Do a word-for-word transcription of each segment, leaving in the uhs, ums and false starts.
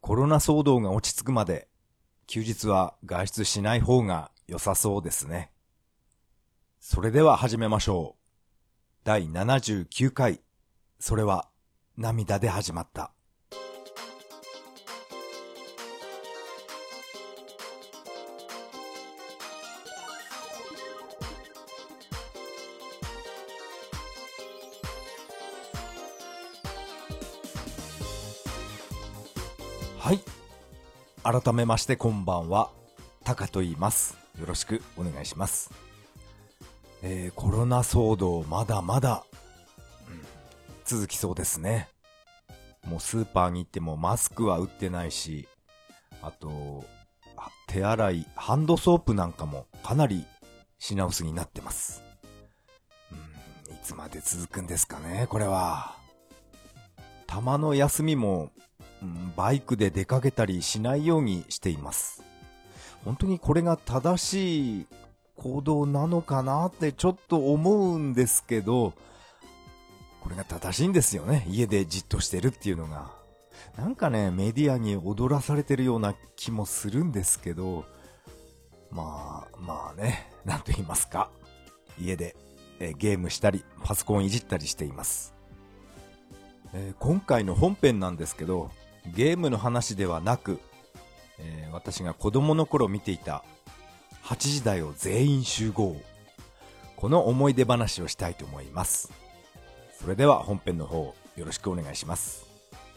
コロナ騒動が落ち着くまで休日は外出しない方が良さそうですね。それでは始めましょう。だいななじゅうきゅうかい、それは涙で始まった。はい。改めましてこんばんは。タカと言います。よろしくお願いします。えー、コロナ騒動まだまだ、うん、続きそうですね。もうスーパーに行ってもマスクは売ってないし、あと手洗い、ハンドソープなんかもかなり品薄になってます。うん、いつまで続くんですかね、これは。たまの休みもバイクで出かけたりしないようにしています。本当にこれが正しい行動なのかなってちょっと思うんですけど、これが正しいんですよね。家でじっとしてるっていうのが。なんかね、メディアに踊らされてるような気もするんですけど、まあ、まあね、なんと言いますか。家でえゲームしたり、パソコンいじったりしています。えー、今回の本編なんですけど、ゲームの話ではなく、えー、私が子供の頃見ていたはちじだよ全員集合、この思い出話をしたいと思います。それでは本編の方よろしくお願いします。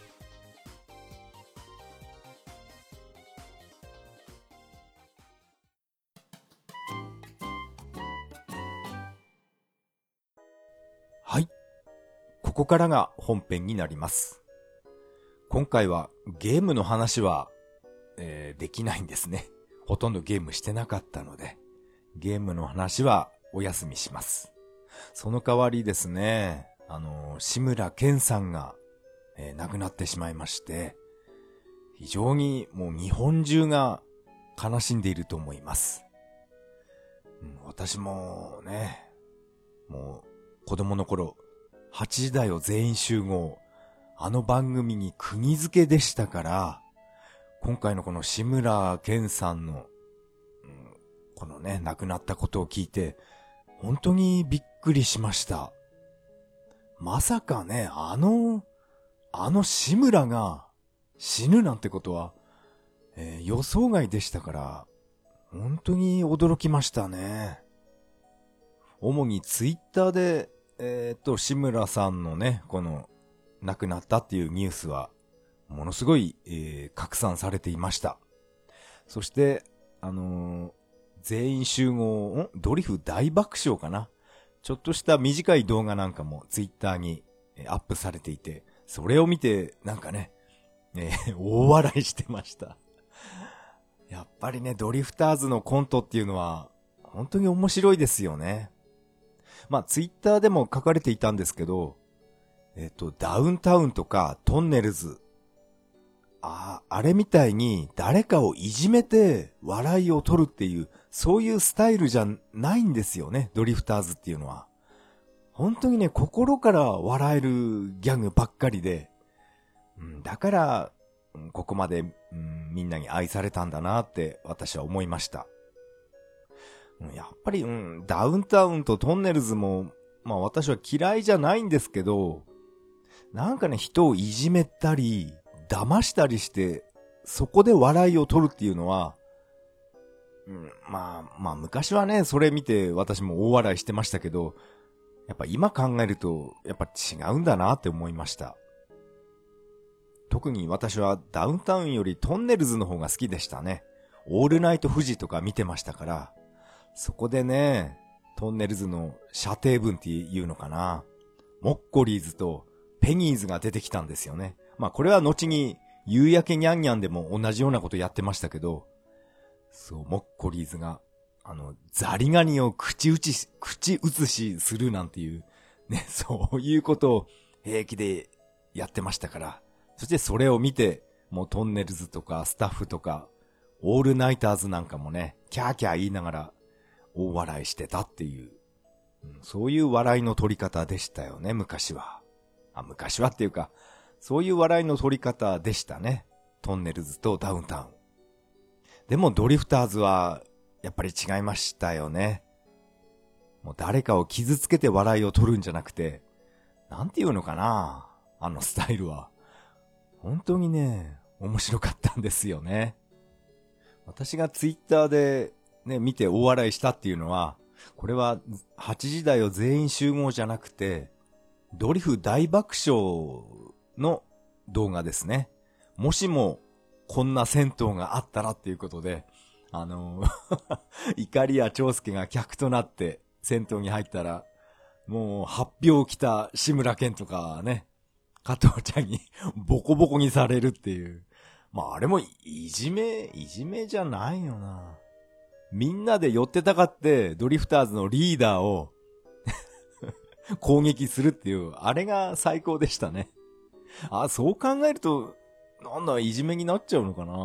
はい、ここからが本編になります。今回はゲームの話は、えー、できないんですね。ほとんどゲームしてなかったので、ゲームの話はお休みします。その代わりですね、あのー、志村けんさんが、えー、亡くなってしまいまして、非常にもう日本中が悲しんでいると思います。うん、私もね、もう子供の頃、はちじだよ全員集合、あの番組に釘付けでしたから、今回のこの志村けんさんの、うん、このね、亡くなったことを聞いて、本当にびっくりしました。まさかね、あの、あの志村が死ぬなんてことは、えー、予想外でしたから、本当に驚きましたね。主にツイッターで、えー、っと、志村さんのね、この、亡くなったっていうニュースは、ものすごい、えー、拡散されていました。そして、あのー、全員集合、んドリフ大爆笑かな。ちょっとした短い動画なんかもツイッターに、えー、アップされていて、それを見て、なんかね、えー、大笑いしてました。やっぱりね、ドリフターズのコントっていうのは、本当に面白いですよね。まあ、ツイッターでも書かれていたんですけど、えっと、ダウンタウンとかトンネルズ、あ、あれみたいに誰かをいじめて笑いを取るっていう、そういうスタイルじゃないんですよね、ドリフターズっていうのは。本当にね、心から笑えるギャグばっかりで、うん、だから、ここまで、うん、みんなに愛されたんだなって私は思いました。やっぱり、うん、ダウンタウンとトンネルズも、まあ私は嫌いじゃないんですけど、なんかね、人をいじめたり、騙したりして、そこで笑いを取るっていうのは、うん、まあ、まあ昔はね、それ見て私も大笑いしてましたけど、やっぱ今考えると、やっぱ違うんだなって思いました。特に私はダウンタウンよりトンネルズの方が好きでしたね。オールナイトフジとか見てましたから、そこでね、トンネルズの射程分っていうのかな。モッコリーズとペニーズが出てきたんですよね。まあこれは後に夕焼けニャンニャンでも同じようなことやってましたけど、そう、モッコリーズが、あの、ザリガニを口打ち、口移しするなんていう、ね、そういうことを平気でやってましたから。そしてそれを見て、もうトンネルズとかスタッフとか、オールナイターズなんかもね、キャーキャー言いながら大笑いしてたっていう、うん、そういう笑いの取り方でしたよね、昔は。あ、昔はっていうか、そういう笑いの取り方でしたね。 トンネルズとダウンタウン。でもドリフターズはやっぱり違いましたよね。もう誰かを傷つけて笑いを取るんじゃなくて、なんていうのかな、あのスタイルは。本当にね、面白かったんですよね。私がツイッターでね、見て大笑いしたっていうのは、これははちじ台を全員集合じゃなくて、ドリフ大爆笑の動画ですね。もしもこんな銭湯があったらっていうことで、あのー、怒りや長介が客となって銭湯に入ったら、もう発表来た志村けんとかね、加藤ちゃんにボコボコにされるっていう。まああれもいじめ、いじめじゃないよな。みんなで寄ってたかってドリフターズのリーダーを攻撃するっていう、あれが最高でしたね。あ、そう考えると、なんだ、いじめになっちゃうのかな。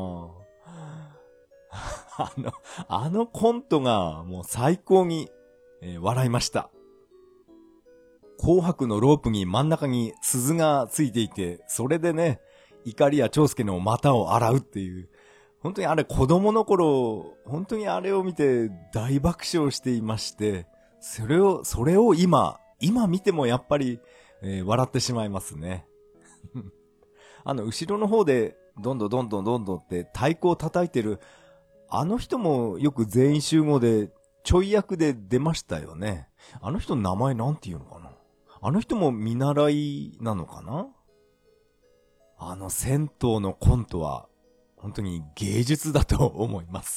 あの、あのコントがもう最高に、えー、笑いました。紅白のロープに真ん中に鈴がついていて、それでね、怒りや長介の股を洗うっていう、本当にあれ子供の頃、本当にあれを見て大爆笑していまして、それを、それを今、今見てもやっぱり、えー、笑ってしまいますね。あの、後ろの方で、どんどんどんどんどんどんって太鼓を叩いてる、あの人もよく全員集合で、ちょい役で出ましたよね。あの人の名前なんていうのかな。あの人も見習いなのかな。あの銭湯のコントは、本当に芸術だと思います。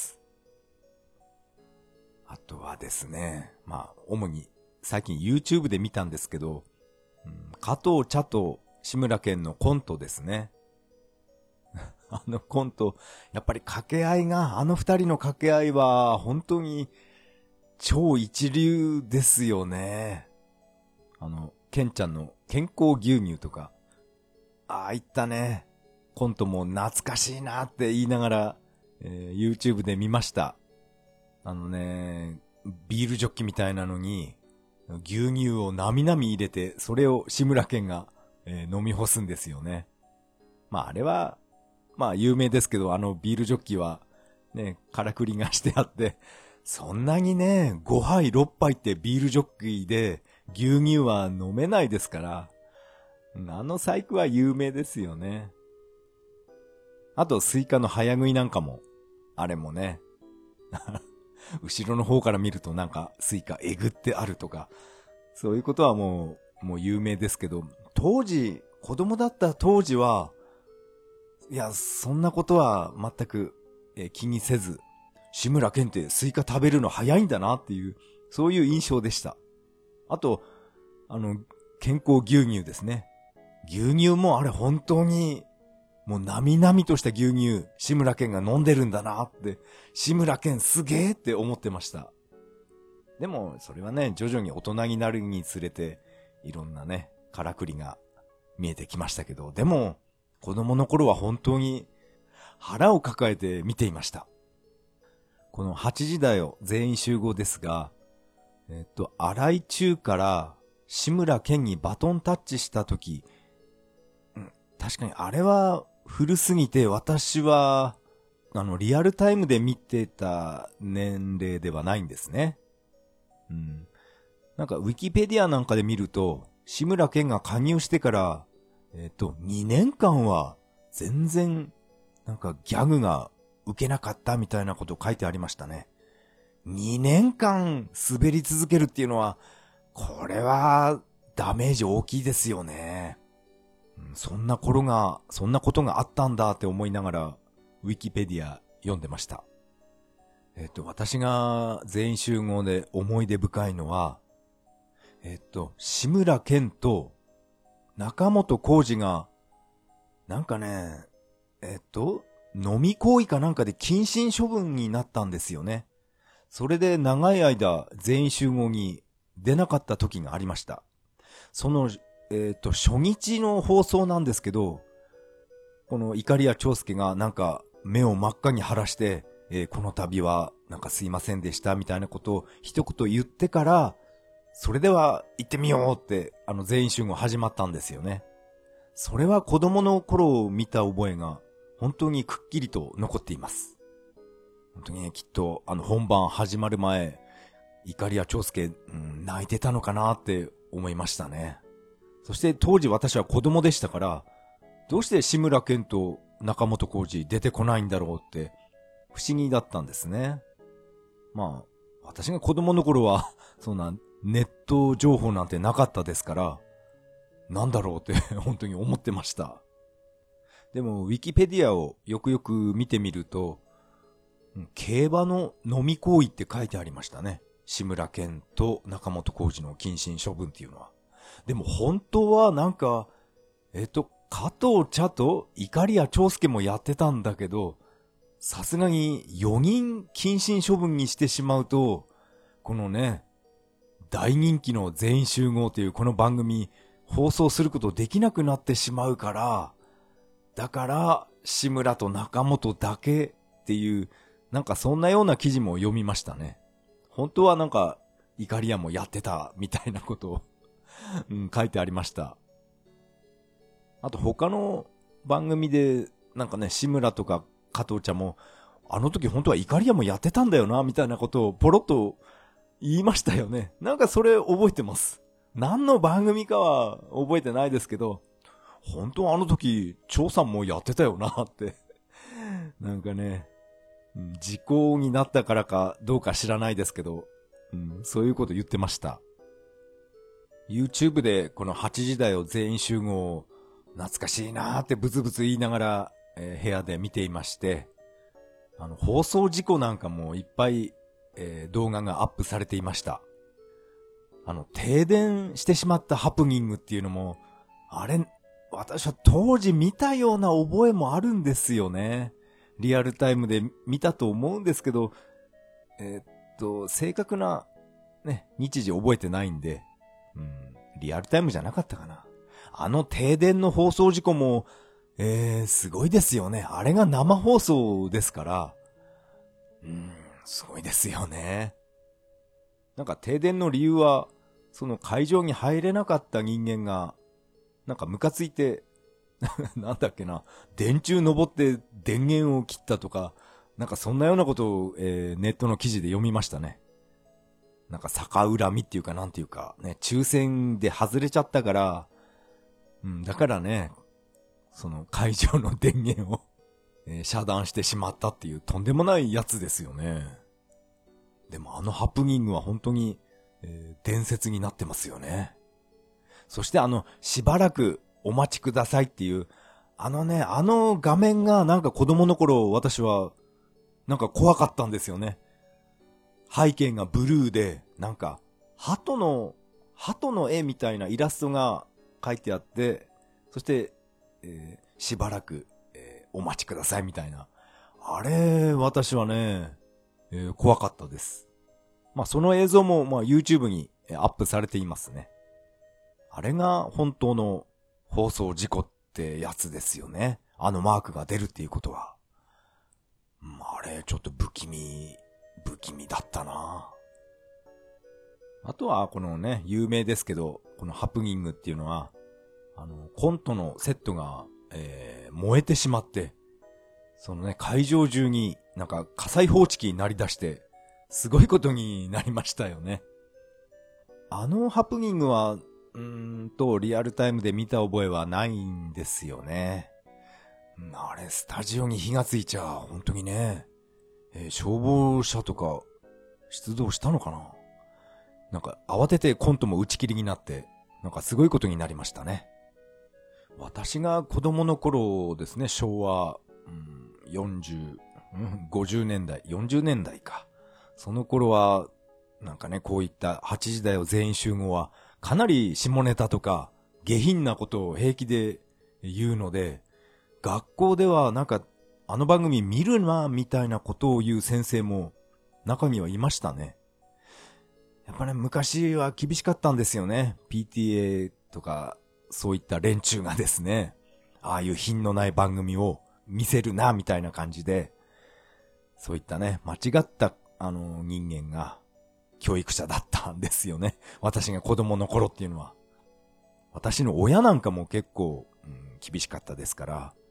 あとはですね、まあ、主に最近 YouTube で見たんですけど、うん、加藤茶と志村けんのコントですね。あのコント、やっぱり掛け合いが、あの二人の掛け合いは本当に超一流ですよね。あの、ケンちゃんの健康牛乳とか、ああいったね、コントも懐かしいなって言いながら、えー、YouTube で見ました。あのね、ビールジョッキみたいなのに、牛乳をなみなみ入れて、それを志村けんが、えー、飲み干すんですよね。まああれは、まあ有名ですけど、あのビールジョッキは、ね、からくりがしてあって、そんなにね、ごはいろっぱいってビールジョッキで牛乳は飲めないですから、あの細工は有名ですよね。あとスイカの早食いなんかも、あれもね、後ろの方から見るとなんかスイカえぐってあるとか、そういうことはもう、もう有名ですけど、当時、子供だった当時は、いや、そんなことは全く、えー、気にせず、志村けんってスイカ食べるの早いんだなっていう、そういう印象でした。あと、あの、健康牛乳ですね。牛乳もあれ本当に、もうなみなみとした牛乳、志村けんが飲んでるんだなって、志村けんすげーって思ってました。でも、それはね、徐々に大人になるにつれて、いろんなね、からくりが見えてきましたけど、でも、子供の頃は本当に腹を抱えて見ていました。このはちじ台を全員集合ですが、えっと、荒井中から志村けんにバトンタッチしたとき、うん、確かにあれは古すぎて私は、あの、リアルタイムで見てた年齢ではないんですね。うん。なんか、ウィキペディアなんかで見ると、志村けんが加入してから、えっと、にねんかんは、全然、なんかギャグが受けなかったみたいなこと書いてありましたね。にねんかん滑り続けるっていうのは、これは、ダメージ大きいですよね。そんな頃が、そんなことがあったんだって思いながら、ウィキペディア読んでました。えっと、私が全員集合で思い出深いのは、えっと、志村けんと中本浩二が、なんかね、えっと、飲み行為かなんかで謹慎処分になったんですよね。それで長い間全員集合に出なかった時がありました。その、えっと、初日の放送なんですけど、この怒りや長介がなんか目を真っ赤に晴らして、えー、この度はなんかすいませんでしたみたいなことを一言言ってから、それでは行ってみようってあの全員集合始まったんですよね。それは子供の頃を見た覚えが本当にくっきりと残っています。本当にね、きっとあの本番始まる前、碇谷長介、うん、泣いてたのかなって思いましたね。そして当時私は子供でしたから、どうして志村けんと中本浩二出てこないんだろうって不思議だったんですね。まあ、私が子供の頃は、そんなネット情報なんてなかったですから、なんだろうって本当に思ってました。でも、ウィキペディアをよくよく見てみると、競馬の飲み行為って書いてありましたね。志村けんと中本浩二の謹慎処分っていうのは。でも本当はなんか、えっと、加藤茶と碇谷長介もやってたんだけど、さすがによにん謹慎処分にしてしまうと、このね、大人気の全員集合というこの番組放送することできなくなってしまうから、だから志村と中本だけっていう、なんかそんなような記事も読みましたね。本当はなんか碇谷もやってたみたいなことを、うん、書いてありました。あと他の番組でなんかね、志村とか加藤茶もあの時本当は碇谷もやってたんだよなみたいなことをポロッと言いましたよね。なんかそれ覚えてます。何の番組かは覚えてないですけど、本当はあの時長さんもやってたよなってなんかね、時効になったからかどうか知らないですけど、うん、そういうこと言ってました。YouTube でこのはちじ台を全員集合懐かしいなーってブツブツ言いながら、えー、部屋で見ていまして、あの放送事故なんかもいっぱい、えー、動画がアップされていました。あの停電してしまったハプニングっていうのも、あれ私は当時見たような覚えもあるんですよね。リアルタイムで見たと思うんですけど、えー、っと正確なね日時覚えてないんで、うん、リアルタイムじゃなかったかな。あの停電の放送事故も、えー、すごいですよね。あれが生放送ですから、うん、すごいですよね。なんか停電の理由は、その会場に入れなかった人間が、なんかムカついて、なんだっけな、電柱登って電源を切ったとか、なんかそんなようなことを、えー、ネットの記事で読みましたね。なんか逆恨みっていうかなんていうか、ね、抽選で外れちゃったから、うん、だからね、その会場の電源を、えー、遮断してしまったっていうとんでもないやつですよね。でもあのハプニングは本当に、えー、伝説になってますよね。そしてあの、しばらくお待ちくださいっていう、あのね、あの画面がなんか子供の頃私は、なんか怖かったんですよね。背景がブルーで、なんか、鳩の、鳩の絵みたいなイラストが書いてあって、そして、えー、しばらく、えー、お待ちくださいみたいな。あれ、私はね、えー、怖かったです。まあ、その映像も、まあ、YouTube にアップされていますね。あれが本当の放送事故ってやつですよね。あのマークが出るっていうことは。あれ、ちょっと不気味、不気味だったな。あとは、このね、有名ですけど、このハプニングっていうのは、あの、コントのセットが、えー、燃えてしまって、そのね、会場中になんか火災報知器になりだして、すごいことになりましたよね。あのハプニングは、うーんと、リアルタイムで見た覚えはないんですよね。あれ、スタジオに火がついちゃ、本当にね、えー、消防車とか出動したのかな。なんか慌ててコントも打ち切りになって、なんかすごいことになりましたね。私が子供の頃ですね、昭和、うん、よんじゅう、うん、ごじゅうねんだい、よんじゅうねんだいか。その頃は、なんかね、こういったはちじ台を全員集合は、かなり下ネタとか下品なことを平気で言うので、学校ではなんか、あの番組見るな、みたいなことを言う先生も中にはいましたね。やっぱね、昔は厳しかったんですよね。ピーティーエー とか、そういった連中がですね、ああいう品のない番組を見せるな、みたいな感じで、そういったね、間違った、あの、人間が、教育者だったんですよね。私が子供の頃っていうのは。私の親なんかも結構、うん、厳しかったですから、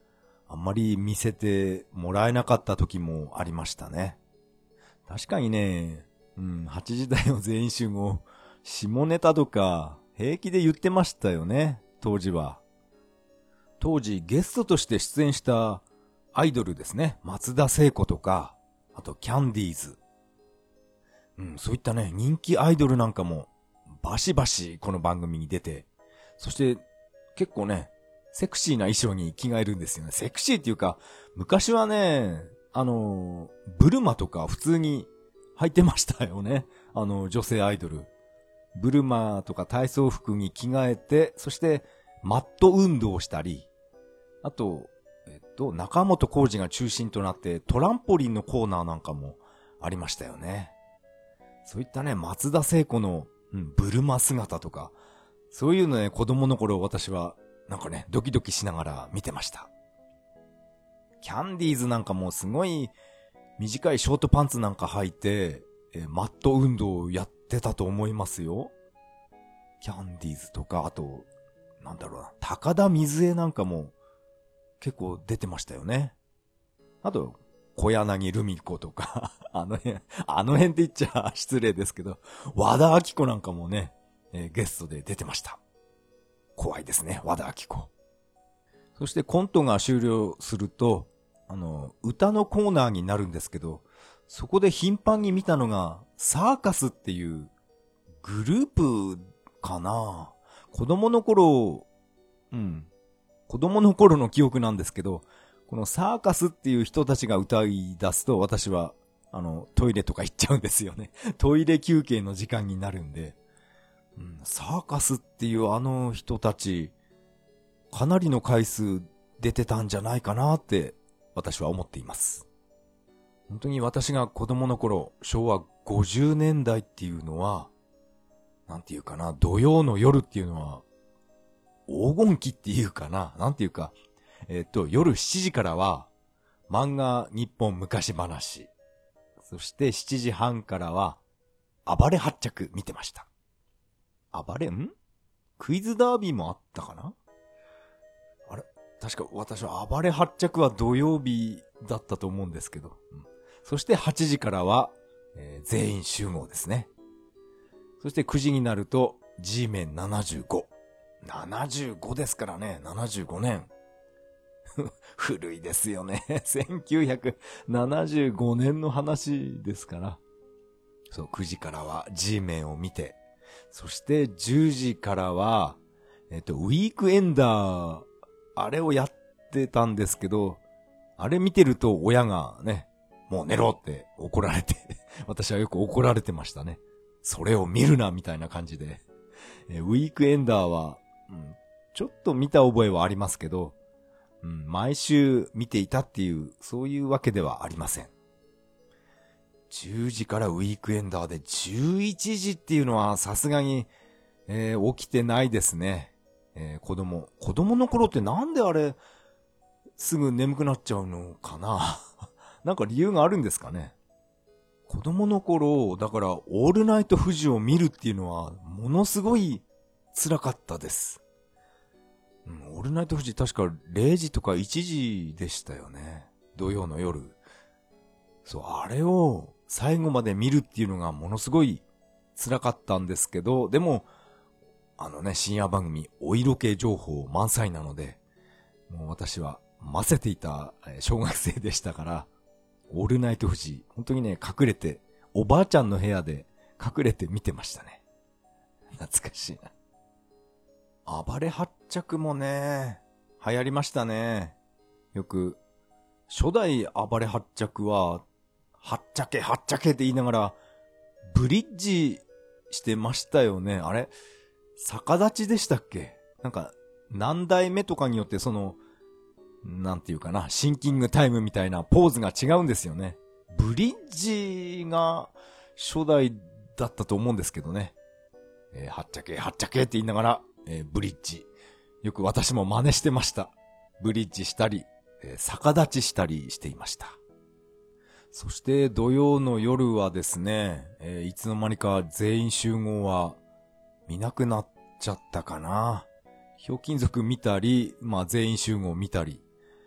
あんまり見せてもらえなかった時もありましたね。確かにね、うん、はちじ台の全員集合、下ネタとか平気で言ってましたよね、当時は。当時ゲストとして出演したアイドルですね、松田聖子とか、あとキャンディーズ。うん、そういったね、人気アイドルなんかもバシバシこの番組に出て、そして結構ね、セクシーな衣装に着替えるんですよね。セクシーっていうか、昔はね、あの、ブルマとか普通に履いてましたよね。あの、女性アイドル。ブルマとか体操服に着替えて、そしてマット運動をしたり、あと、えっと、中本浩二が中心となってトランポリンのコーナーなんかもありましたよね。そういったね、松田聖子の、うん、ブルマ姿とか、そういうのね、子供の頃私はなんかね、ドキドキしながら見てました。キャンディーズなんかもすごい短いショートパンツなんか履いて、えマット運動をやってたと思いますよ。キャンディーズとか、あと、なんだろうな、高田水江なんかも結構出てましたよね。あと、小柳ルミ子とか、あの辺、あの辺って言っちゃ失礼ですけど、和田アキ子なんかもね、えー、ゲストで出てました。怖いですね、和田アキ子。そしてコントが終了すると、あの、歌のコーナーになるんですけど、そこで頻繁に見たのが、サーカスっていうグループかな。子供の頃、うん、子供の頃の記憶なんですけど、このサーカスっていう人たちが歌い出すと、私は、あの、トイレとか行っちゃうんですよね。トイレ休憩の時間になるんで、うん、サーカスっていうあの人たち、かなりの回数出てたんじゃないかなって私は思っています。本当に私が子供の頃、しょうわごじゅうねんだいっていうのは、なんていうかな、土曜の夜っていうのは、黄金期っていうかな、なんていうか、えっと、夜しちじからは、漫画日本昔話。そしてしちじはんからは、暴れ発着見てました。暴れんクイズダービーもあったかな。あれ確か私は暴れ発着は土曜日だったと思うんですけど。うん、そしてはちじからは、えー、全員集合ですね。そしてくじになると G メンななじゅうご。ななじゅうごですからね。ななじゅうごねん。古いですよね。せんきゅうひゃくななじゅうごねんの話ですから。そう、くじからは G メンを見て、そしてじゅうじからは、えっと、ウィークエンダー、あれをやってたんですけど、あれ見てると親がね、もう寝ろって怒られて、私はよく怒られてましたね。それを見るなみたいな感じで。えウィークエンダーは、うん、ちょっと見た覚えはありますけど、うん、毎週見ていたっていう、そういうわけではありません。じゅうじからウィークエンダーでじゅういちじっていうのはさすがに、えー、起きてないですね。えー、子供。子供の頃ってなんであれ、すぐ眠くなっちゃうのかななんか理由があるんですかね。子供の頃、だからオールナイトフジを見るっていうのはものすごい辛かったです。うん、オールナイトフジ確かれいじとかいちじでしたよね。土曜の夜。そう、あれを最後まで見るっていうのがものすごい辛かったんですけど、でも、あのね、深夜番組、お色気情報満載なので、もう私は混ぜていた小学生でしたから、オールナイトフジ、本当にね、隠れて、おばあちゃんの部屋で隠れて見てましたね。懐かしいな。暴れ発着もね、流行りましたね。よく、初代暴れ発着は、はっちゃけはっちゃけって言いながら、ブリッジしてましたよね。あれ逆立ちでしたっけ？なんか、何代目とかによってその、なんていうかな、シンキングタイムみたいなポーズが違うんですよね。ブリッジが初代だったと思うんですけどね。えー、はっちゃけはっちゃけって言いながら、えー、ブリッジ。よく私も真似してました。ブリッジしたり、えー、逆立ちしたりしていました。そして土曜の夜はですね、えー、いつの間にか全員集合は見なくなっちゃったかな。ひょうきん族見たり、まあ全員集合見たり。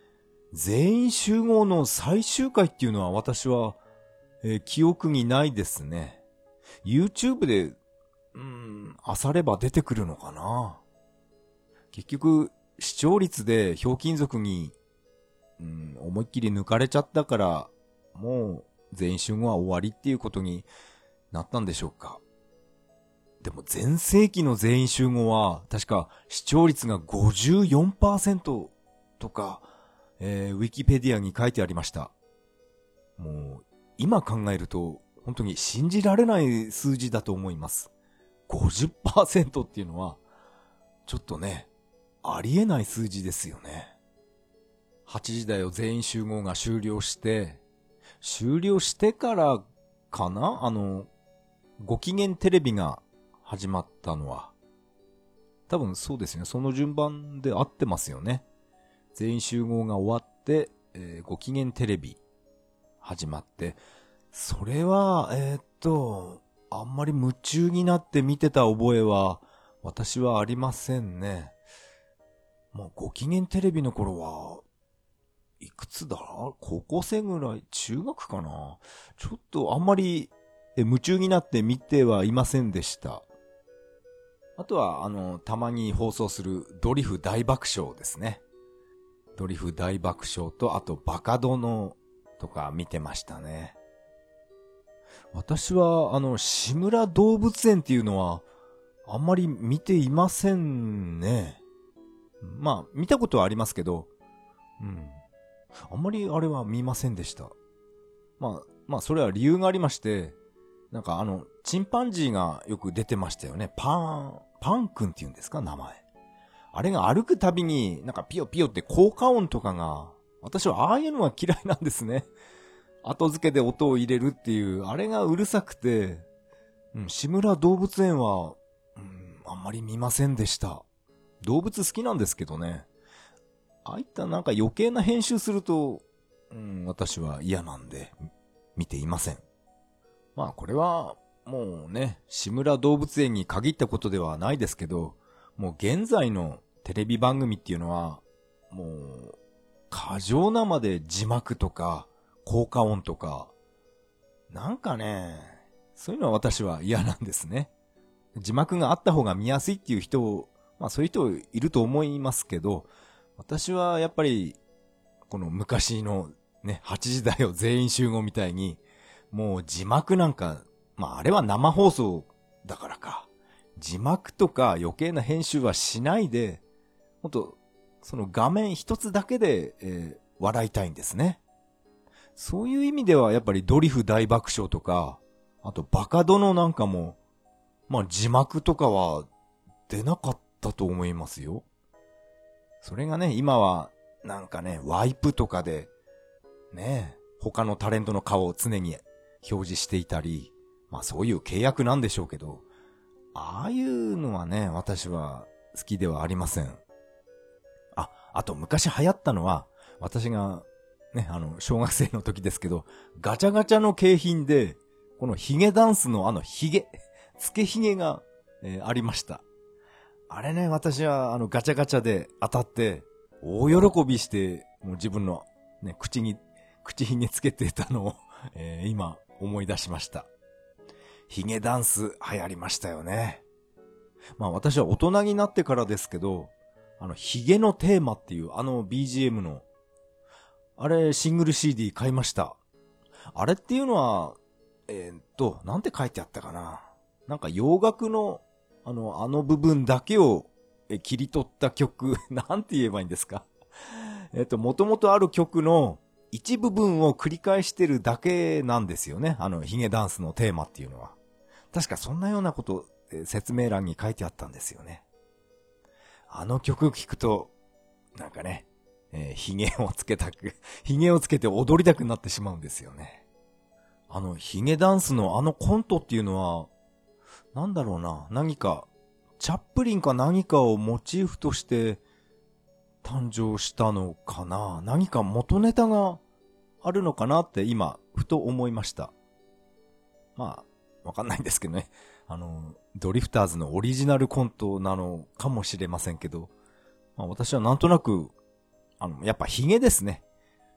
全員集合の最終回っていうのは私は、えー記憶にないですね。YouTube で、うーん、漁れば出てくるのかな。結局、視聴率でひょうきん族に、うん、思いっきり抜かれちゃったから、もう全員集合は終わりっていうことになったんでしょうか。でも全盛期の全員集合は確か視聴率が ごじゅうよんパーセント とか、えー、ウィキペディアに書いてありました。もう今考えると本当に信じられない数字だと思います。ごじゅっパーセント っていうのはちょっとね、ありえない数字ですよね。はちじだよ全員集合が終了して、終了してからかな、あの、ごきげんテレビが始まったのは。多分そうですね。その順番で合ってますよね。全員集合が終わって、えー、ごきげんテレビ始まって、それは、えー、っと、あんまり夢中になって見てた覚えは、私はありませんね。もうごきげんテレビの頃は、いくつだ？高校生ぐらい？中学かな？ちょっとあんまりえ夢中になって見てはいませんでした。あとは、あの、たまに放送するドリフ大爆笑ですね。ドリフ大爆笑と、あとバカ殿とか見てましたね。私は、あの、志村動物園っていうのは、あんまり見ていませんね。まあ、見たことはありますけど、うん。あんまりあれは見ませんでした。まあ、まあ、それは理由がありまして、なんかあの、チンパンジーがよく出てましたよね。パーン、パン君って言うんですか、名前。あれが歩くたびに、なんかピヨピヨって効果音とかが、私はああいうのは嫌いなんですね。後付けで音を入れるっていう、あれがうるさくて、うん、志村動物園は、うん、あんまり見ませんでした。動物好きなんですけどね。ああいったなんか余計な編集すると、うん、私は嫌なんで、見ていません。まあこれは、もうね、志村動物園に限ったことではないですけど、もう現在のテレビ番組っていうのは、もう、過剰なまで字幕とか、効果音とか、なんかね、そういうのは私は嫌なんですね。字幕があった方が見やすいっていう人、まあそういう人いると思いますけど、私はやっぱり、この昔のね、はちじだよ全員集合みたいに、もう字幕なんか、まああれは生放送だからか。字幕とか余計な編集はしないで、ほんと、その画面一つだけで、えー、笑いたいんですね。そういう意味ではやっぱりドリフ大爆笑とか、あとバカ殿なんかも、まあ字幕とかは出なかったと思いますよ。それがね、今はなんかね、ワイプとかで、ね、他のタレントの顔を常に表示していたり、まあそういう契約なんでしょうけど、ああいうのはね、私は好きではありません。あ、あと昔流行ったのは、私がね、あの、小学生の時ですけど、ガチャガチャの景品で、このヒゲダンスのあのヒゲ、つけヒゲが、えー、ありました。あれね、私はあのガチャガチャで当たって、大喜びして、もう自分のね、口に、口ひげつけてたのを、えー、今思い出しました。ヒゲダンス流行りましたよね。まあ私は大人になってからですけど、あのヒゲのテーマっていうあの ビージーエム の、あれシングル シーディー 買いました。あれっていうのは、えー、っと、なんて書いてあったかな。なんか洋楽の、あの、あの部分だけをえ切り取った曲、なんて言えばいいんですか。えっと、もともとある曲の一部分を繰り返してるだけなんですよね。あの、ヒゲダンスのテーマっていうのは。確かそんなようなこと、え説明欄に書いてあったんですよね。あの曲聞くと、なんかね、えー、ヒゲをつけたく、ヒゲをつけて踊りたくなってしまうんですよね。あの、ヒゲダンスのあのコントっていうのは、なんだろうな、何か、チャップリンか何かをモチーフとして誕生したのかな。何か元ネタがあるのかなって今、ふと思いました。まあ、わかんないんですけどね。あの、ドリフターズのオリジナルコントなのかもしれませんけど、まあ私はなんとなく、あの、やっぱヒゲですね。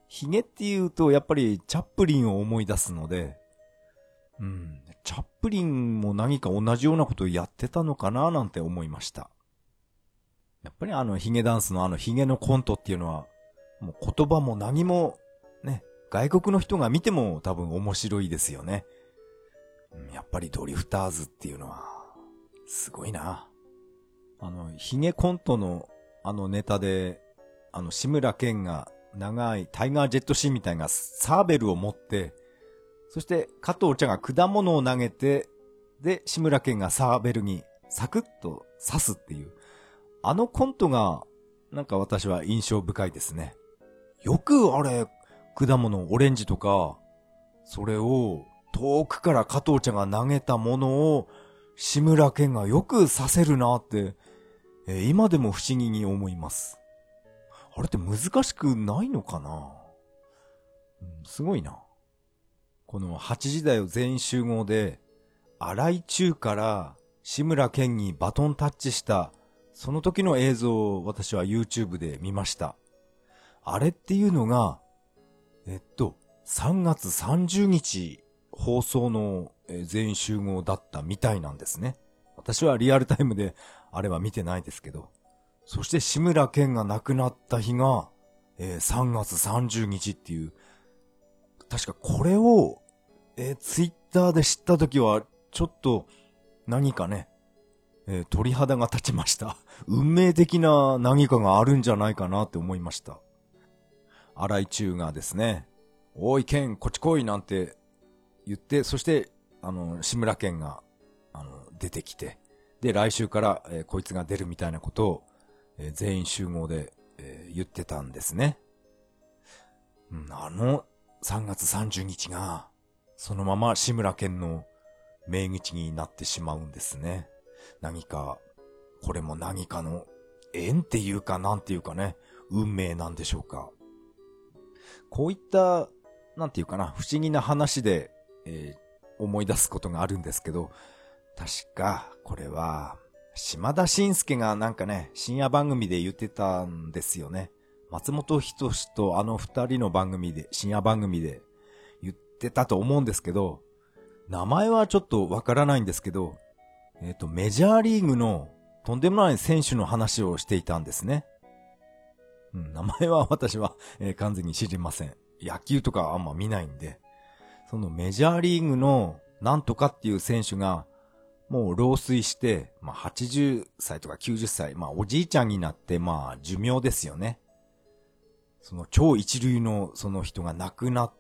ヒゲっていうとやっぱりチャップリンを思い出すので、うん、チャップリンも何か同じようなことをやってたのかななんて思いました。やっぱりあのヒゲダンスのあのヒゲのコントっていうのは、もう言葉も何もね、外国の人が見ても多分面白いですよね。うん、やっぱりドリフターズっていうのはすごいな。あのヒゲコントのあのネタで、あの志村けんが長いタイガージェットシーンみたいなサーベルを持って、そして加藤茶が果物を投げて、で志村けんがサーベルにサクッと刺すっていう、あのコントがなんか私は印象深いですね。よくあれ果物オレンジとか、それを遠くから加藤茶が投げたものを志村けんがよく刺せるなって、えー、今でも不思議に思います。あれって難しくないのかな、うん、すごいな。このはちじだよ全員集合で、荒井中から志村けんにバトンタッチしたその時の映像を私は YouTube で見ました。あれっていうのが、えっと、さんがつさんじゅうにち放送の全員集合だったみたいなんですね。私はリアルタイムであれは見てないですけど。そして志村けんが亡くなった日が、えー、さんがつさんじゅうにちっていう、確かこれを、えー、ツイッターで知った時はちょっと何かね、えー、鳥肌が立ちました。運命的な何かがあるんじゃないかなって思いました。荒井中がですね、おいけんこっち来いなんて言って、そしてあの志村けんがあの出てきて、で来週から、えー、こいつが出るみたいなことを、えー、全員集合で、えー、言ってたんですね。うん、あのさんがつさんじゅうにちがそのまま志村けんの命日になってしまうんですね。何かこれも何かの縁っていうかなんていうかね、運命なんでしょうか。こういったなんていうかな、不思議な話で、えー、思い出すことがあるんですけど、確かこれは島田紳介がなんかね、深夜番組で言ってたんですよね。松本人志とあの二人の番組で、深夜番組で言ってたと思うんですけど、名前はちょっとわからないんですけど、えっと、メジャーリーグのとんでもない選手の話をしていたんですね。うん、名前は私は、えー、完全に知りません。野球とかあんま見ないんで。そのメジャーリーグのなんとかっていう選手が、もう老衰して、まあはちじゅっさいとかきゅうじゅっさい、まあおじいちゃんになって、まあ寿命ですよね。その超一流のその人が亡くなって、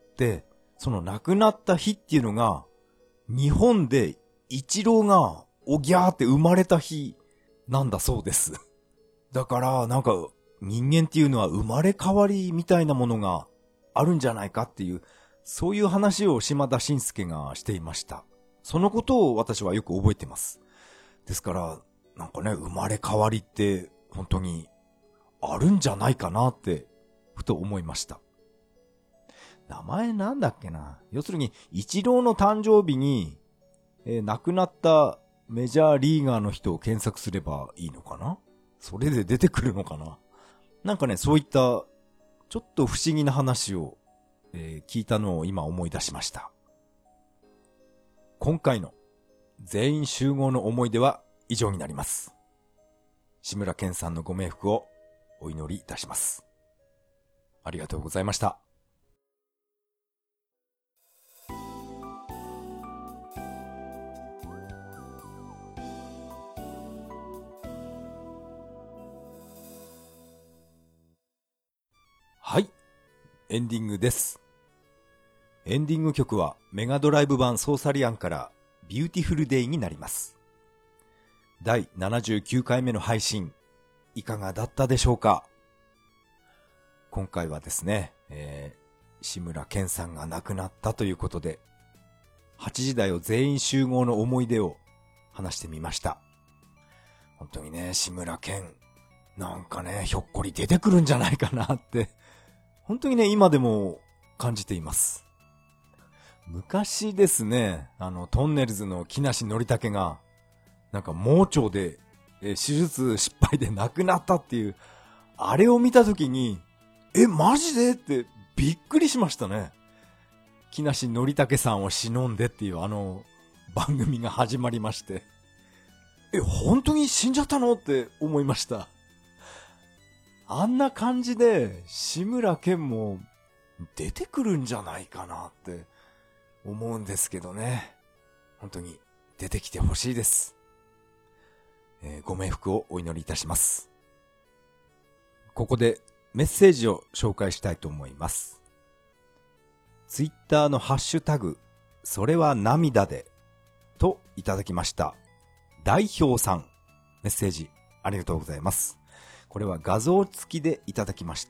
その亡くなった日っていうのが、日本でイチローがおぎゃーって生まれた日なんだそうです。だからなんか人間っていうのは生まれ変わりみたいなものがあるんじゃないかっていう、そういう話を島田紳介がしていました。そのことを私はよく覚えています。ですから、なんかね、生まれ変わりって本当にあるんじゃないかなって、ふと思いました。名前なんだっけな。要するに、イチローの誕生日に、えー、亡くなったメジャーリーガーの人を検索すればいいのかな？それで出てくるのかな？なんかね、そういった、ちょっと不思議な話を、えー、聞いたのを今思い出しました。今回の全員集合の思い出は以上になります。志村けんさんのご冥福をお祈りいたします。ありがとうございました。はい、エンディングです。エンディング曲はメガドライブ版ソーサリアンからビューティフルデイになります。だいななじゅうきゅうかいめの配信、いかがだったでしょうか？今回はですね、えー、志村けんさんが亡くなったということで、はちじだよ全員集合の思い出を話してみました。本当にね、志村けん、なんかね、ひょっこり出てくるんじゃないかなって、本当にね、今でも感じています。昔ですね、あの、トンネルズの木梨憲武が、なんか盲腸で、え、手術失敗で亡くなったっていう、あれを見たときに、え、マジでってびっくりしましたね。木梨憲武さんを忍んでっていうあの番組が始まりまして。え、本当に死んじゃったのって思いました。あんな感じで志村けんも出てくるんじゃないかなって思うんですけどね。本当に出てきてほしいです。えー、ご冥福をお祈りいたします。ここでメッセージを紹介したいと思います。ツイッターのハッシュタグ、それは涙でといただきました。代表さん、メッセージありがとうございます。これは画像付きでいただきました。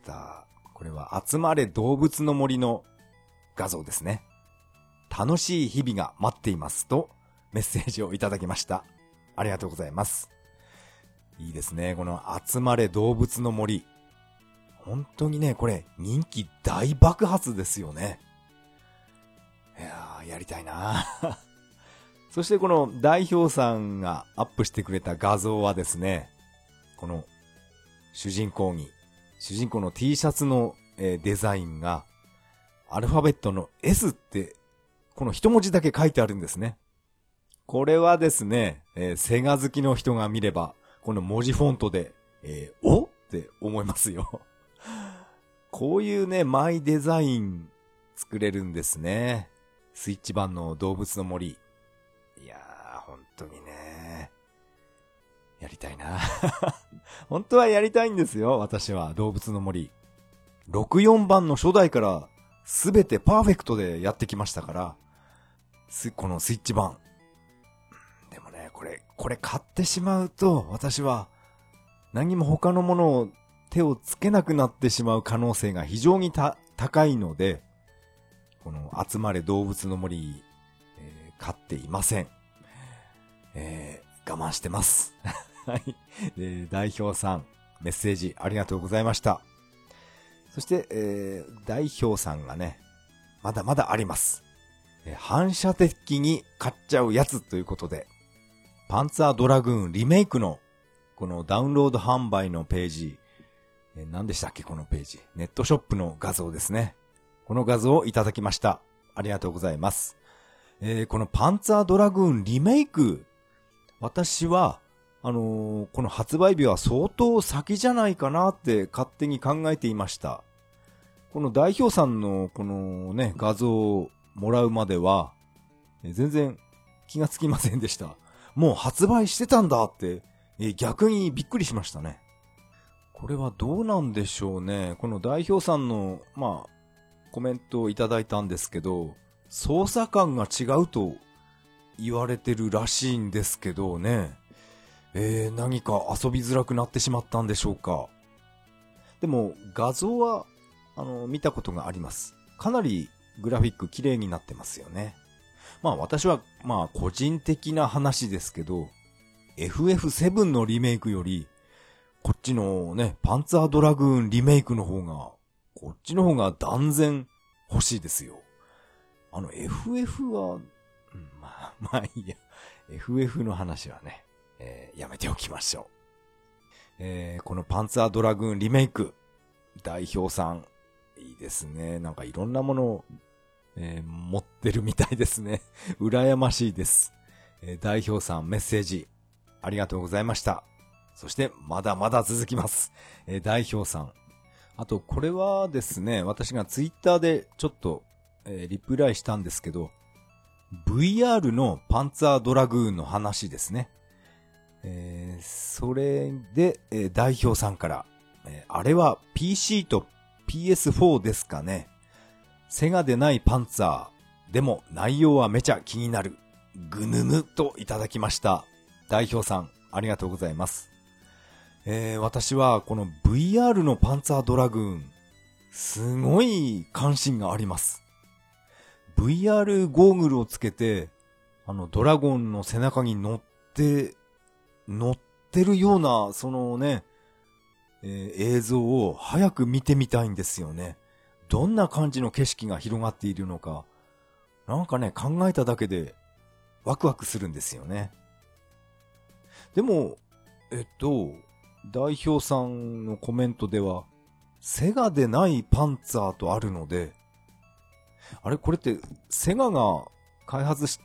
これは集まれ動物の森の画像ですね。楽しい日々が待っていますとメッセージをいただきました。ありがとうございます。いいですね。この集まれ動物の森。本当にね、これ人気大爆発ですよね。いやー、やりたいなそしてこの代表さんがアップしてくれた画像はですね、この主人公に、主人公の T シャツの、えー、デザインがアルファベットの エス ってこの一文字だけ書いてあるんですね。これはですね、えー、セガ好きの人が見ればこの文字フォントで、えー、おって思いますよ。こういうね、マイデザイン作れるんですね。スイッチ版の動物の森。いやー、本当にね。やりたいな。本当はやりたいんですよ、私は。動物の森。ろくじゅうよんばんの初代からすべてパーフェクトでやってきましたから、このスイッチ版。でもね、これ、これ買ってしまうと、私は何も他のものを手をつけなくなってしまう可能性が非常にた高いので、この集まれ動物の森、えー、買っていません。えー、我慢してます。はい、えー。代表さん、メッセージありがとうございました。そして、えー、代表さんがね、まだまだあります。えー、反射的に買っちゃうやつということで、パンツァードラグーンリメイクのこのダウンロード販売のページ、えー、何でしたっけこのページ。ネットショップの画像ですね。この画像をいただきました。ありがとうございます。えー、このパンツァードラグーンリメイク、私は、あのー、この発売日は相当先じゃないかなって勝手に考えていました。この代表さんのこのね、画像をもらうまでは、全然気がつきませんでした。もう発売してたんだって、え逆にびっくりしましたね。これはどうなんでしょうね。この代表さんの、まあ、コメントをいただいたんですけど、操作感が違うと言われてるらしいんですけどね。えー、何か遊びづらくなってしまったんでしょうか。でも画像はあの見たことがあります。かなりグラフィック綺麗になってますよね。まあ私はまあ個人的な話ですけど、エフエフセブン のリメイクよりこっちのねパンツァードラグーンリメイクの方がこっちの方が断然欲しいですよ。あの エフエフ は、うん、まあまあいいや エフエフ の話はね。えー、やめておきましょう。えー、このパンツァードラグーンリメイク、代表さん、いいですね。なんかいろんなものを、えー、持ってるみたいですね。羨ましいです、えー。代表さんメッセージ、ありがとうございました。そしてまだまだ続きます。えー、代表さん。あとこれはですね、私がツイッターでちょっと、えー、リプライしたんですけど、ブイアール のパンツァードラグーンの話ですね。えー、それで、えー、代表さんから、えー、あれは ピーシー と ピーエスフォー ですかね。セガでないパンツァー。でも内容はめちゃ気になる。ぐぬぬといただきました。代表さん、ありがとうございます。えー、私はこの ブイアール のパンツァードラグーン、すごい関心があります。ブイアール ゴーグルをつけて、あのドラゴンの背中に乗って、乗ってるような、そのね、えー、映像を早く見てみたいんですよね。どんな感じの景色が広がっているのか、なんかね、考えただけでワクワクするんですよね。でも、えっと、代表さんのコメントでは、 セガでないパンツァーとあるので、あれこれってセガが開発した、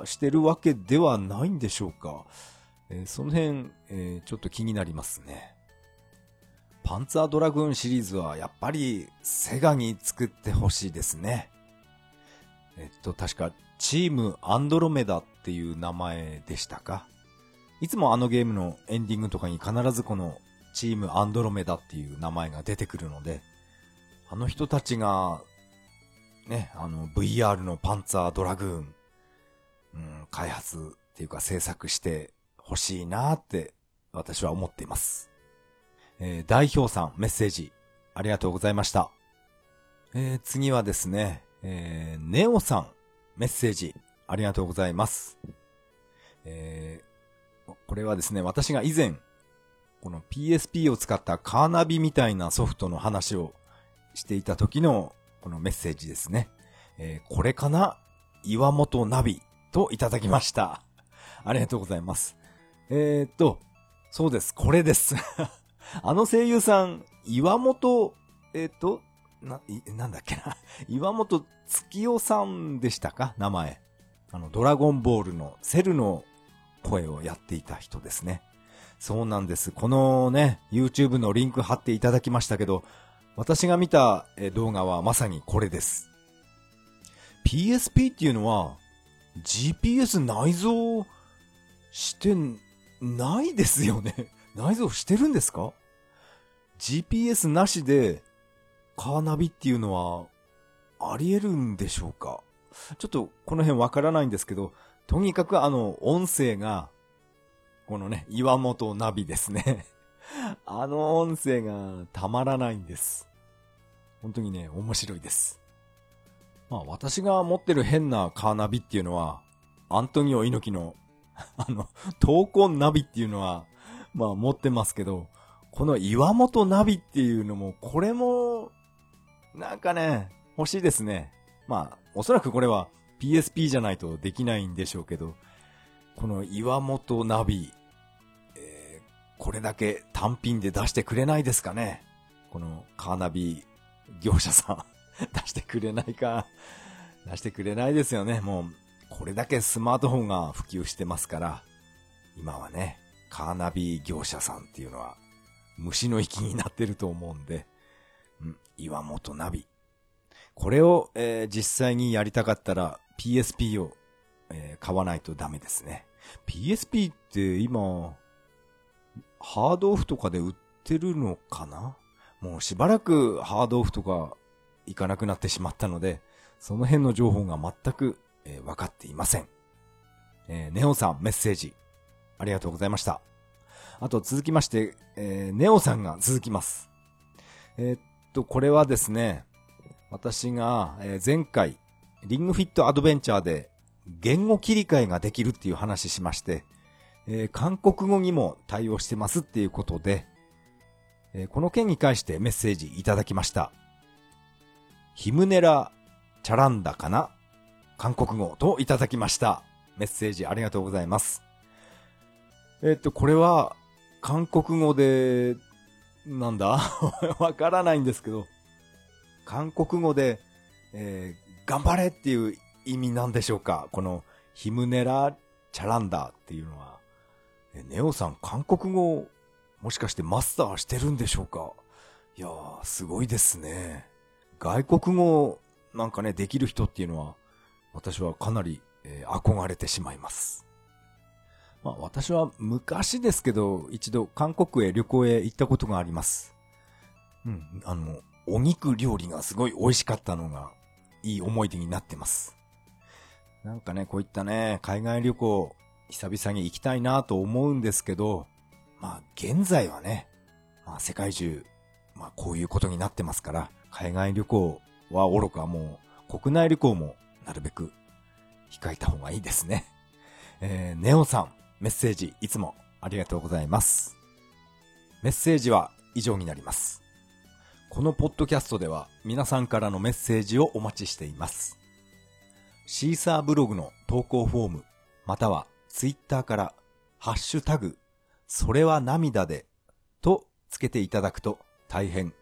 してるわけではないんでしょうか。えー、その辺、えー、ちょっと気になりますね。パンツァードラグーンシリーズはやっぱりセガに作ってほしいですね。えっと、確かチームアンドロメダっていう名前でしたか。いつもあのゲームのエンディングとかに必ずこのチームアンドロメダっていう名前が出てくるので、あの人たちがね、あの ブイアール のパンツァードラグーン、うん、開発っていうか制作してほしいなーって私は思っています。えー、代表さんメッセージありがとうございました。えー、次はですね、えー、ネオさんメッセージありがとうございます。えー、これはですね、私が以前この ピーエスピー を使ったカーナビみたいなソフトの話をしていた時のこのメッセージですね。えー、これかな岩本ナビといただきました。ありがとうございます。えー、っと、そうです、これです。あの声優さん、岩本、えー、っと、な、なんだっけな。岩本月代さんでしたか名前。あの、ドラゴンボールのセルの声をやっていた人ですね。そうなんです。このね、YouTube のリンク貼っていただきましたけど、私が見た動画はまさにこれです。ピーエスピー っていうのは ジーピーエス 内蔵してないですよね。内蔵してるんですか？ ジーピーエス なしでカーナビっていうのはあり得るんでしょうか？ちょっとこの辺わからないんですけど、とにかくあの音声がこのね、岩本ナビですね。あの音声がたまらないんです。本当にね、面白いです。まあ私が持ってる変なカーナビっていうのは、アントニオ猪木のあの、闘魂ナビっていうのは、まあ持ってますけど、この岩本ナビっていうのも、これも、なんかね、欲しいですね。まあ、おそらくこれは ピーエスピー じゃないとできないんでしょうけど、この岩本ナビ、えー、これだけ単品で出してくれないですかね。このカーナビ業者さん出してくれないか。出してくれないですよね。もうこれだけスマートフォンが普及してますから、今はね、カーナビ業者さんっていうのは虫の息になってると思うんで、うん、岩本ナビ。これを、えー、実際にやりたかったら ピーエスピー をえー、買わないとダメですね。ピーエスピー って今、ハードオフとかで売ってるのかな？もうしばらくハードオフとか行かなくなってしまったので、その辺の情報が全く、えー、分かっていません。えー、ネオさんメッセージありがとうございました。あと続きまして、えー、ネオさんが続きます。えー、っと、これはですね、私が、えー、前回、リングフィットアドベンチャーで言語切り替えができるっていう話しまして、えー、韓国語にも対応してますっていうことで、えー、この件に関してメッセージいただきました。ヒムネラチャランダかな？韓国語といただきました。メッセージありがとうございます。えー、っと、これは韓国語で、なんだわからないんですけど、韓国語で、えー、頑張れっていう意味なんでしょうか。このヒムネラチャランダっていうのは、えネオさん韓国語もしかしてマスターしてるんでしょうか。いやーすごいですね。外国語なんかねできる人っていうのは私はかなり、えー、憧れてしまいます。まあ私は昔ですけど一度韓国へ旅行へ行ったことがあります。うん、あのお肉料理がすごい美味しかったのがいい思い出になってます。なんかね、こういったね、海外旅行、久々に行きたいなと思うんですけど、まあ、現在はね、まあ、世界中、まあ、こういうことになってますから、海外旅行はおろか、もう、国内旅行もなるべく控えた方がいいですね。えー、ネオさん、メッセージ、いつもありがとうございます。メッセージは以上になります。このポッドキャストでは、皆さんからのメッセージをお待ちしています。シーサーブログの投稿フォーム、またはツイッターからハッシュタグ、それは涙でとつけていただくと大変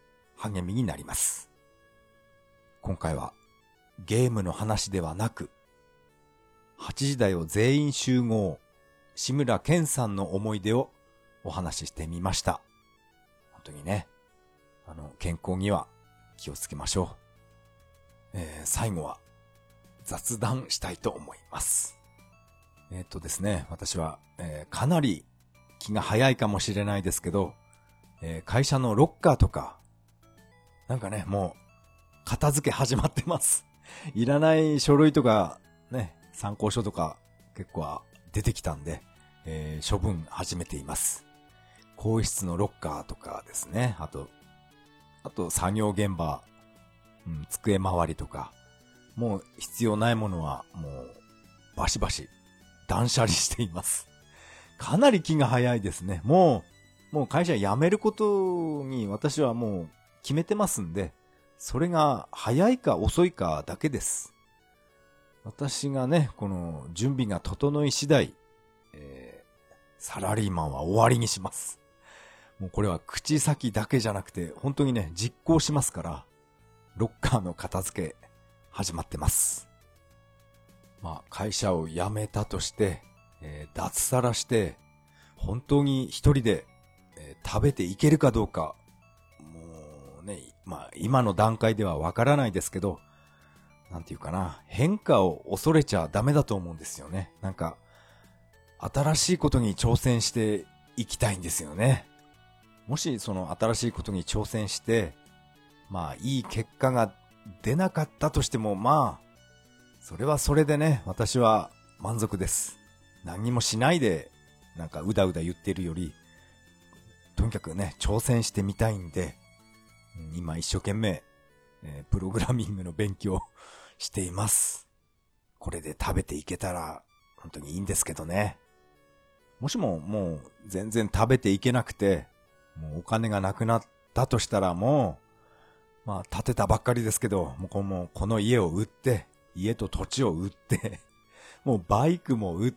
励みになります。今回はゲームの話ではなく、はちじ台を全員集合、志村けんさんの思い出をお話ししてみました。本当にね、あの、健康には気をつけましょう。えー、最後は雑談したいと思います。えー、っとですね、私は、えー、かなり気が早いかもしれないですけど、えー、会社のロッカーとか、なんかね、もう片付け始まってます。いらない書類とかね、参考書とか結構出てきたんで、えー、処分始めています。更衣室のロッカーとかですね、あと、あと作業現場、うん、机周りとか、もう必要ないものはもうバシバシ断捨離しています。かなり気が早いですね。もう、もう会社辞めることに私はもう決めてますんで、それが早いか遅いかだけです。私がね、この準備が整い次第、えー、サラリーマンは終わりにします。もうこれは口先だけじゃなくて、本当にね、実行しますから、ロッカーの片付け、始まってます。まあ、会社を辞めたとして、えー、脱サラして、本当に一人で、えー、食べていけるかどうか、もうね、まあ、今の段階ではわからないですけど、なんていうかな、変化を恐れちゃダメだと思うんですよね。なんか、新しいことに挑戦していきたいんですよね。もしその新しいことに挑戦して、まあいい結果が出なかったとしても、まあ、それはそれでね、私は満足です。何にもしないで、なんかうだうだ言ってるより、とにかくね、挑戦してみたいんで、今一生懸命、えー、プログラミングの勉強しています。これで食べていけたら本当にいいんですけどね。もしももう全然食べていけなくて、もうお金がなくなったとしたらもう、まあ建てたばっかりですけど、もうこの、この家を売って、家と土地を売って、もうバイクも売って、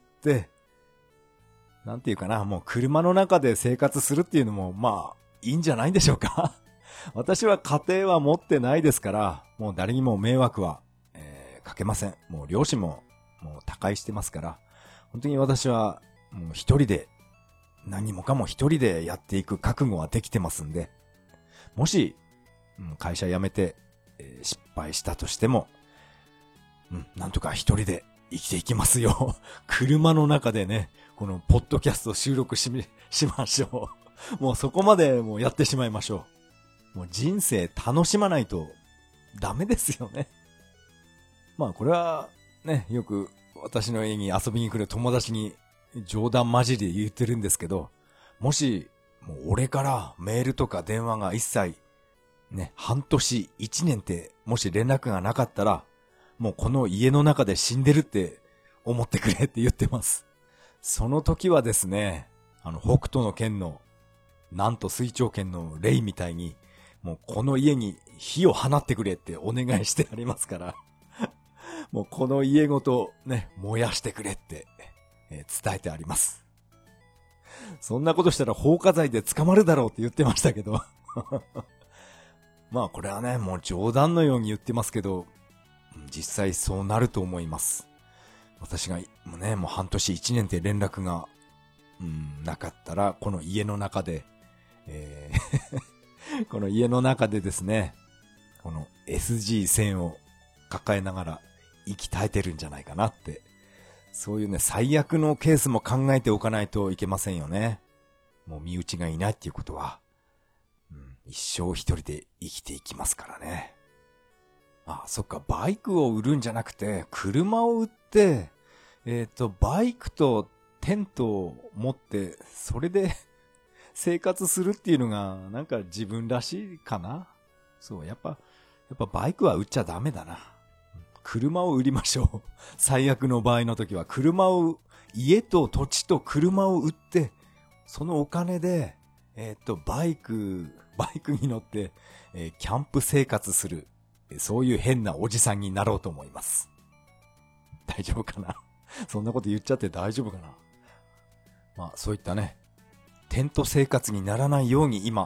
なんていうかな、もう車の中で生活するっていうのもまあいいんじゃないんでしょうか。私は家庭は持ってないですから、もう誰にも迷惑は、えー、かけません。もう両親ももう他界してますから、本当に私はもう一人で、何もかも一人でやっていく覚悟はできてますんで、もし、うん、会社辞めて、えー、失敗したとしても、うん、なんとか一人で生きていきますよ。車の中でね、このポッドキャスト収録しみ、しましょう。もうそこまでもうやってしまいましょう。もう人生楽しまないとダメですよね。まあこれはね、よく私の家に遊びに来る友達に冗談交じりで言ってるんですけど、もしもう俺からメールとか電話が一切ね、半年一年ってもし連絡がなかったら、もうこの家の中で死んでるって思ってくれって言ってます。その時はですね、あの北斗の拳のなんと水長拳の霊みたいに、もうこの家に火を放ってくれってお願いしてありますから、もうこの家ごとね、燃やしてくれって、えー、伝えてあります。そんなことしたら放火罪で捕まるだろうって言ってましたけど。まあこれはね、もう冗談のように言ってますけど、実際そうなると思います。私がもうね、もう半年一年って連絡が、うん、なかったら、この家の中で、えー、この家の中でですね、この エスジーせん を抱えながら生き絶えてるんじゃないかなって、そういうね、最悪のケースも考えておかないといけませんよね。もう身内がいないっていうことは、うん、一生一人で生きていきますからね。あ、そっか、バイクを売るんじゃなくて、車を売って、えっと、バイクとテントを持って、それで生活するっていうのが、なんか自分らしいかな。そう、やっぱ、やっぱバイクは売っちゃダメだな。車を売りましょう。最悪の場合の時は、車を、家と土地と車を売って、そのお金で、えっと、バイク、バイクに乗って、えー、キャンプ生活する。そういう変なおじさんになろうと思います。大丈夫かな？そんなこと言っちゃって大丈夫かな？まあそういったね、テント生活にならないように今、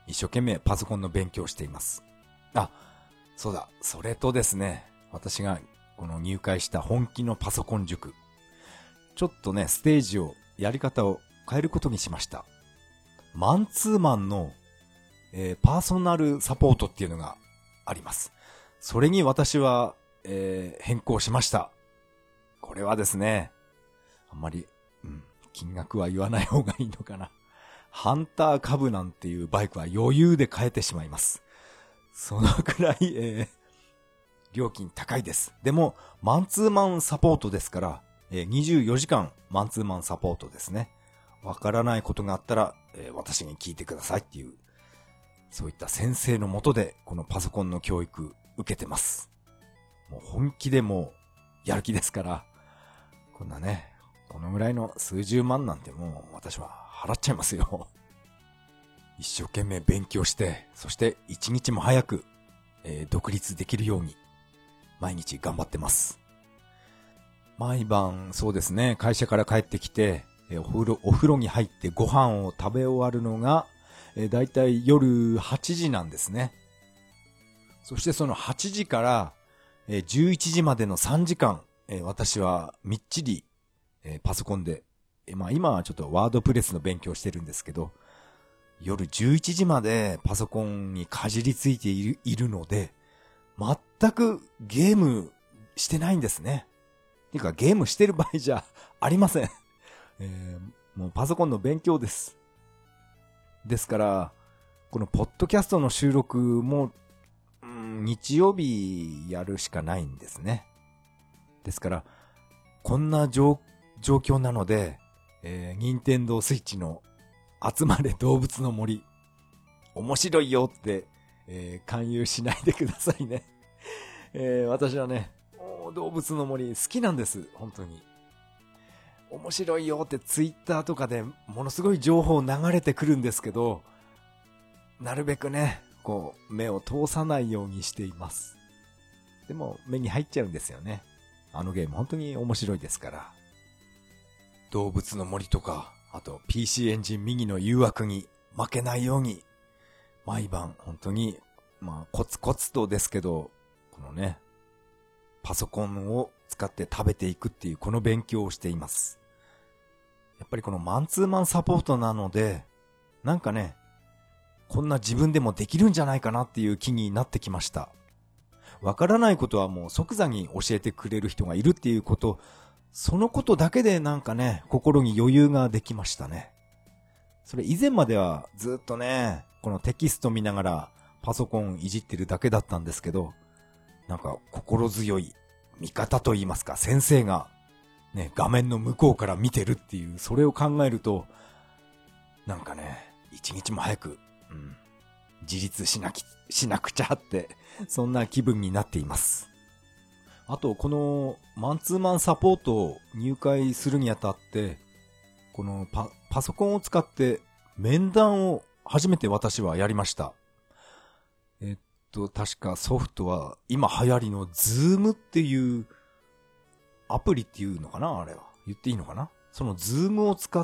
一生懸命パソコンの勉強をしています。あ、そうだ、それとですね、私がこの入会した本気のパソコン塾、ちょっとね、ステージを、やり方を変えることにしました。マンツーマンの、えー、パーソナルサポートっていうのがあります。それに私は、えー、変更しました。これはですね、あんまり、うん、金額は言わない方がいいのかな。ハンターカブなんていうバイクは余裕で買えてしまいます。そのくらい、えー、料金高いです。でも、マンツーマンサポートですから、えー、にじゅうよじかんマンツーマンサポートですね。わからないことがあったら、えー、私に聞いてくださいっていう、そういった先生のもとで、このパソコンの教育受けてます。もう本気でもうやる気ですから、こんなね、このぐらいの数十万なんてもう私は払っちゃいますよ。一生懸命勉強して、そして一日も早く、えー、独立できるように、毎日頑張ってます。毎晩、そうですね、会社から帰ってきて、えー、お風呂、お風呂に入ってご飯を食べ終わるのが、えー、だいたい夜はちじなんですね。そしてそのはちじから、えー、じゅういちじまでのさんじかん、えー、私はみっちり、えー、パソコンで、えー、まあ今はちょっとワードプレスの勉強してるんですけど、夜じゅういちじまでパソコンにかじりついている、いるので、全くゲームしてないんですね。ていうかゲームしてる場合じゃありません。えー、もうパソコンの勉強です。ですから、このポッドキャストの収録も、うん、日曜日やるしかないんですね。ですから、こんな状、状況なので、えー、任天堂スイッチの集まれ動物の森、面白いよって、えー、勧誘しないでくださいね。えー、私はね、動物の森好きなんです、本当に。面白いよってツイッターとかでものすごい情報流れてくるんですけど、なるべくね、こう、目を通さないようにしています。でも、目に入っちゃうんですよね。あのゲーム本当に面白いですから。動物の森とか、あと ピーシー エンジン右の誘惑に負けないように、毎晩本当に、まあコツコツとですけど、このね、パソコンを使って食べていくっていうこの勉強をしています。やっぱりこのマンツーマンサポートなので、なんかね、こんな自分でもできるんじゃないかなっていう気になってきました。わからないことはもう即座に教えてくれる人がいるっていうこと、そのことだけでなんかね、心に余裕ができましたね。それ以前まではずっとね、このテキスト見ながらパソコンいじってるだけだったんですけど、なんか心強い味方と言いますか、先生がね、画面の向こうから見てるっていう、それを考えると、なんかね、一日も早く、うん、自立しなき、しなくちゃって、そんな気分になっています。あと、このマンツーマンサポートを入会するにあたって、この パ, パソコンを使って面談を初めて私はやりました。えっと、確かソフトは今流行りのズームっていうアプリっていうのかな、あれは。言っていいのかな。そのズームを使って、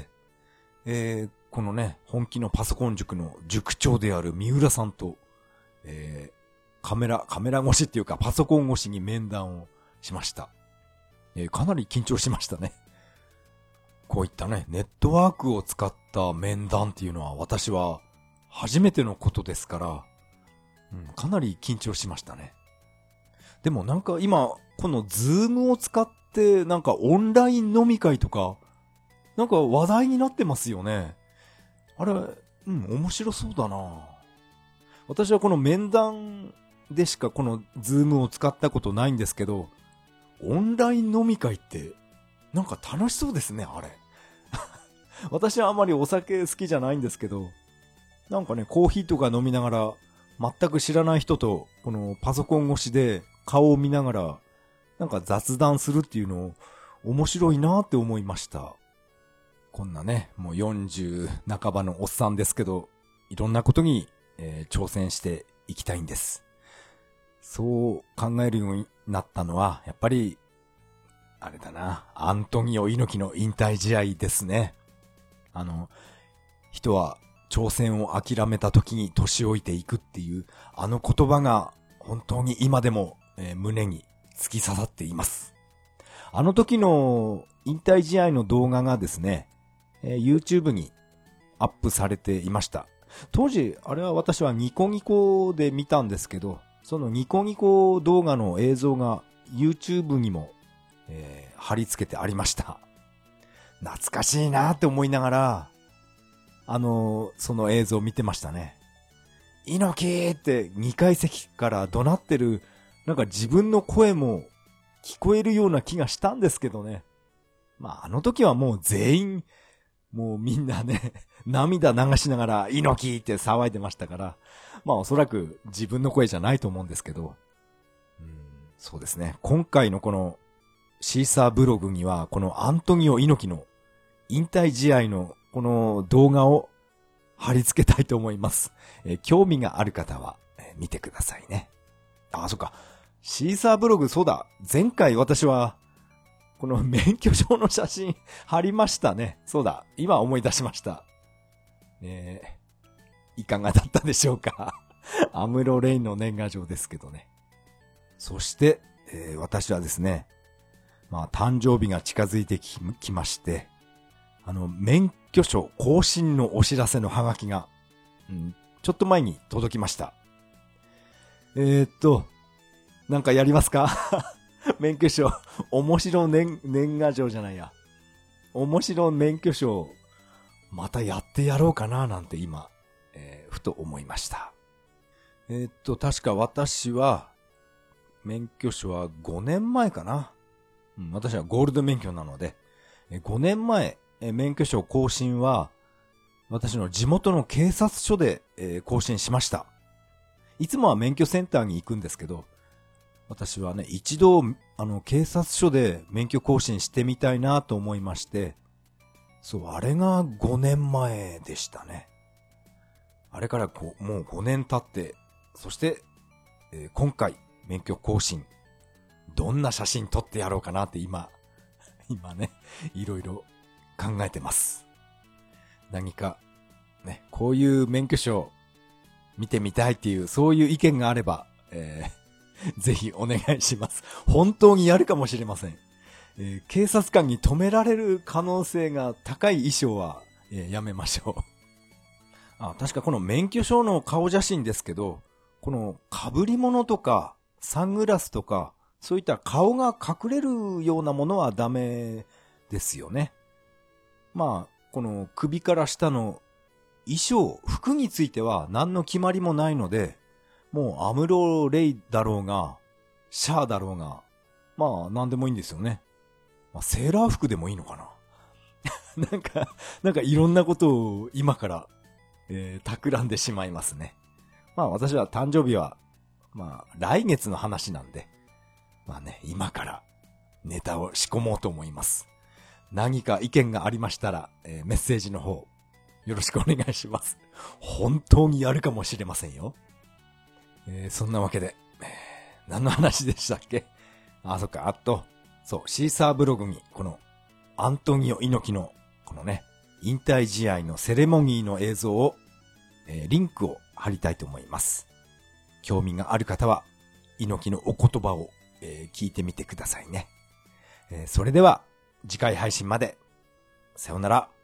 えー、このね、本気のパソコン塾の塾長である三浦さんと、えーカメラ、カメラ越しっていうかパソコン越しに面談をしました。えー、かなり緊張しましたね。こういったね、ネットワークを使った面談っていうのは私は初めてのことですから、うん、かなり緊張しましたね。でもなんか今、このズームを使ってなんかオンライン飲み会とか、なんか話題になってますよね。あれ、うん、面白そうだな。私はこの面談でしかこのズームを使ったことないんですけど、オンライン飲み会ってなんか楽しそうですね、あれ。私はあまりお酒好きじゃないんですけど、なんかね、コーヒーとか飲みながら全く知らない人とこのパソコン越しで顔を見ながらなんか雑談するっていうの面白いなって思いました。こんなね、もうよんじゅう半ばのおっさんですけど、いろんなことに、えー、挑戦していきたいんです。そう考えるようになったのは、やっぱり、あれだな、アントニオ猪木の引退試合ですね。あの、人は挑戦を諦めた時に年老いていくっていう、あの言葉が本当に今でも、えー、胸に突き刺さっています。あの時の引退試合の動画がですね、えー、YouTube にアップされていました。当時、あれは私はニコニコで見たんですけど、そのニコニコ動画の映像が YouTube にも、えー、貼り付けてありました。懐かしいなって思いながら、あのー、その映像を見てましたね。猪木ってにかい席から怒鳴ってる、なんか自分の声も聞こえるような気がしたんですけどね。まああの時はもう全員、もうみんなね、涙流しながら猪木って騒いでましたから、まあおそらく自分の声じゃないと思うんですけど、うん、そうですね。今回のこのシーサーブログにはこのアントニオ猪木の引退試合のこの動画を貼り付けたいと思います。えー、興味がある方は、えー、見てくださいね。あ、そっか。シーサーブログ、そうだ。前回私は、この免許証の写真貼りましたね。そうだ。今思い出しました。えー、いかがだったでしょうか。アムロレインの年賀状ですけどね。そして、えー、私はですね、まあ、誕生日が近づいてき、きまして、あの、免許証更新のお知らせのハガキが、うん、ちょっと前に届きました。えー、っと、なんかやりますか免許証、面白年、年賀状じゃないや。面白免許証、またやってやろうかななんて今、えー、ふと思いました。えー、っと、確か私は、免許証はごねんまえかな。うん、私はゴールド免許なので、ごねんまえ、免許証更新は、私の地元の警察署で、えー、更新しました。いつもは免許センターに行くんですけど、私はね、一度、あの、警察署で免許更新してみたいなと思いまして、そう、あれがごねんまえでしたね。あれからこうもうごねん経って、そして、えー、今回、免許更新、どんな写真撮ってやろうかなって今、今ね、いろいろ考えてます。何か、ね、こういう免許証見てみたいっていう、そういう意見があれば、えー、ぜひお願いします。本当にやるかもしれません。えー、警察官に止められる可能性が高い衣装は、えー、やめましょう。あ、確かこの免許証の顔写真ですけど、この被り物とかサングラスとか、そういった顔が隠れるようなものはダメですよね。まあ、この首から下の衣装、服については何の決まりもないので、もうアムロレイだろうが、シャアだろうが、まあ何でもいいんですよね。まあ、セーラー服でもいいのかな。なんか、なんかいろんなことを今から、えー、企んでしまいますね。まあ私は誕生日は、まあ来月の話なんで、まあね、今からネタを仕込もうと思います。何か意見がありましたら、えー、メッセージの方、よろしくお願いします。本当にやるかもしれませんよ。えー、そんなわけで、えー、何の話でしたっけ？あ、そっか、あと、そう、シーサーブログに、この、アントニオ猪木の、このね、引退試合のセレモニーの映像を、えー、リンクを貼りたいと思います。興味がある方は、猪木のお言葉を、えー、聞いてみてくださいね。えー、それでは、次回配信まで。さようなら。